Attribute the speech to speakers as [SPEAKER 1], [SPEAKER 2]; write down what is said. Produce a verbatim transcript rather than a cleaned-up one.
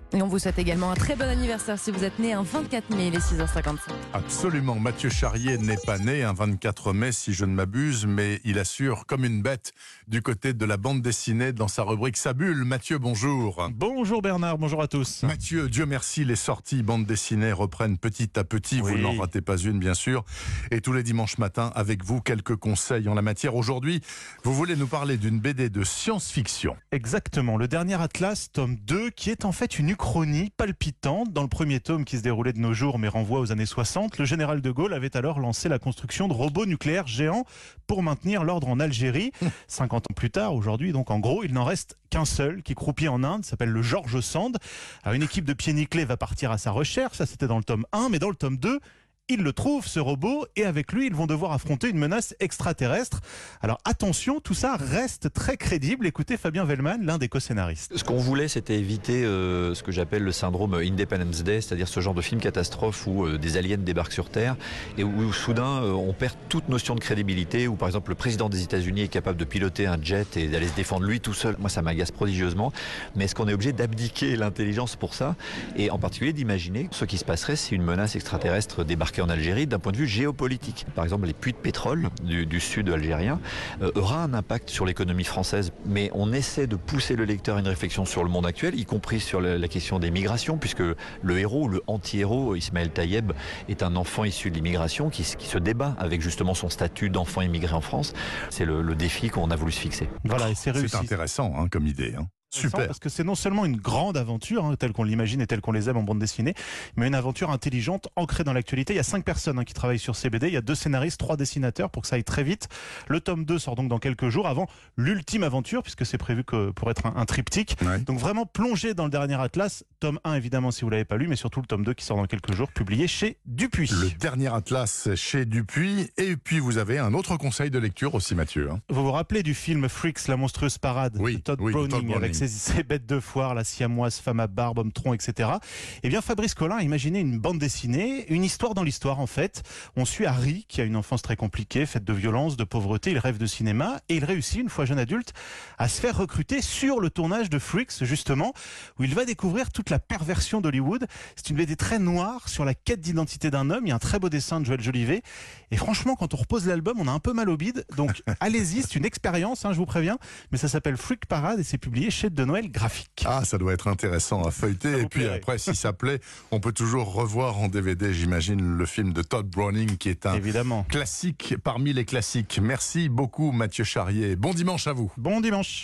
[SPEAKER 1] Et on vous souhaite également un très bon anniversaire si vous êtes né un vingt-quatre mai, il est six heures cinquante-cinq.
[SPEAKER 2] Absolument, Mathieu Charrier n'est pas né un vingt-quatre mai si je ne m'abuse, mais il assure comme une bête du côté de la bande dessinée dans sa rubrique Sa Bulle. Mathieu, bonjour.
[SPEAKER 3] Bonjour Bernard, bonjour à tous.
[SPEAKER 2] Mathieu, Dieu merci, les sorties bande dessinée reprennent petit à petit,
[SPEAKER 3] Oui.
[SPEAKER 2] vous n'en ratez pas une bien sûr, et tous les dimanches matins avec vous quelques conseils en la matière. Aujourd'hui, vous voulez nous parler d'une B D de science-fiction.
[SPEAKER 3] Exactement, le dernier Atlas, tome deux, qui est en fait une uchronie palpitante. Dans le premier tome qui se déroulait de nos jours mais renvoie aux années soixante, le général de Gaulle avait alors lancé la construction de robots nucléaires géants pour maintenir l'ordre en Algérie. cinquante ans plus tard, aujourd'hui, donc en gros, il n'en reste qu'un seul qui croupit en Inde, s'appelle le George Sand. Alors, une équipe de pieds nickelés va partir à sa recherche, ça c'était dans le tome un, mais dans le tome deux, il le trouve, ce robot, et avec lui, ils vont devoir affronter une menace extraterrestre. Alors attention, tout ça reste très crédible. Écoutez Fabien Vellman, l'un des co-scénaristes.
[SPEAKER 4] Ce qu'on voulait, c'était éviter euh, ce que j'appelle le syndrome Independence Day, c'est-à-dire ce genre de film catastrophe où euh, des aliens débarquent sur Terre et où, où soudain euh, on perd toute notion de crédibilité, où par exemple le président des États-Unis est capable de piloter un jet et d'aller se défendre lui tout seul. Moi, ça m'agace prodigieusement. Mais est-ce qu'on est obligé d'abdiquer l'intelligence pour ça? Et en particulier d'imaginer ce qui se passerait si une menace extraterrestre débarquait en Algérie d'un point de vue géopolitique. Par exemple, les puits de pétrole du, du sud algérien euh, aura un impact sur l'économie française. Mais on essaie de pousser le lecteur à une réflexion sur le monde actuel, y compris sur la, la question des migrations, puisque le héros, le anti-héros, Ismaël Taïeb, est un enfant issu de l'immigration qui, qui se débat avec justement son statut d'enfant immigré en France. C'est le, le défi qu'on a voulu se fixer.
[SPEAKER 3] Voilà, et c'est réussi.
[SPEAKER 2] C'est intéressant hein, comme idée. Hein. Super.
[SPEAKER 3] Parce que c'est non seulement une grande aventure, hein, telle qu'on l'imagine et telle qu'on les aime en bande dessinée, mais une aventure intelligente, ancrée dans l'actualité. Il y a cinq personnes hein, qui travaillent sur ces B D, il y a deux scénaristes, trois dessinateurs pour que ça aille très vite. Le tome deux sort donc dans quelques jours, avant l'ultime aventure, puisque c'est prévu que pour être un, un triptyque.
[SPEAKER 2] Ouais.
[SPEAKER 3] Donc vraiment plongé dans le dernier Atlas, tome un évidemment si vous l'avez pas lu, mais surtout le tome deux qui sort dans quelques jours, publié chez Dupuis.
[SPEAKER 2] Le dernier Atlas chez Dupuis, et puis vous avez un autre conseil de lecture aussi Mathieu. Hein.
[SPEAKER 3] Vous vous rappelez du film Freaks, la monstrueuse parade
[SPEAKER 2] Oui,
[SPEAKER 3] de Todd,
[SPEAKER 2] oui, de
[SPEAKER 3] Browning,
[SPEAKER 2] Todd Browning.
[SPEAKER 3] avec ses, ses bêtes de foire, la siamoise, femme à barbe, homme tronc, et cetera. Eh bien, Fabrice Collin a imaginé une bande dessinée, une histoire dans l'histoire en fait. On suit Harry, qui a une enfance très compliquée, faite de violence, de pauvreté, il rêve de cinéma, et il réussit, une fois jeune adulte, à se faire recruter sur le tournage de Freaks, justement, où il va découvrir toute la perversion d'Hollywood. C'est une B D très noire sur la quête d'identité d'un homme. Il y a un très beau dessin de Joël Jolivet. Et franchement, quand on repose l'album, on a un peu mal au bide. Donc, allez-y, c'est une expérience, hein, je vous préviens. Mais ça s'appelle Freak Parade et c'est publié chez De Noël Graphique.
[SPEAKER 2] Ah, ça doit être intéressant à feuilleter. Et puis
[SPEAKER 3] plairait.
[SPEAKER 2] après, si ça plaît, on peut toujours revoir en D V D, j'imagine, le film de Todd Browning, qui est un
[SPEAKER 3] Évidemment.
[SPEAKER 2] classique parmi les classiques. Merci beaucoup, Mathieu Charrier. Bon dimanche à vous.
[SPEAKER 3] Bon dimanche.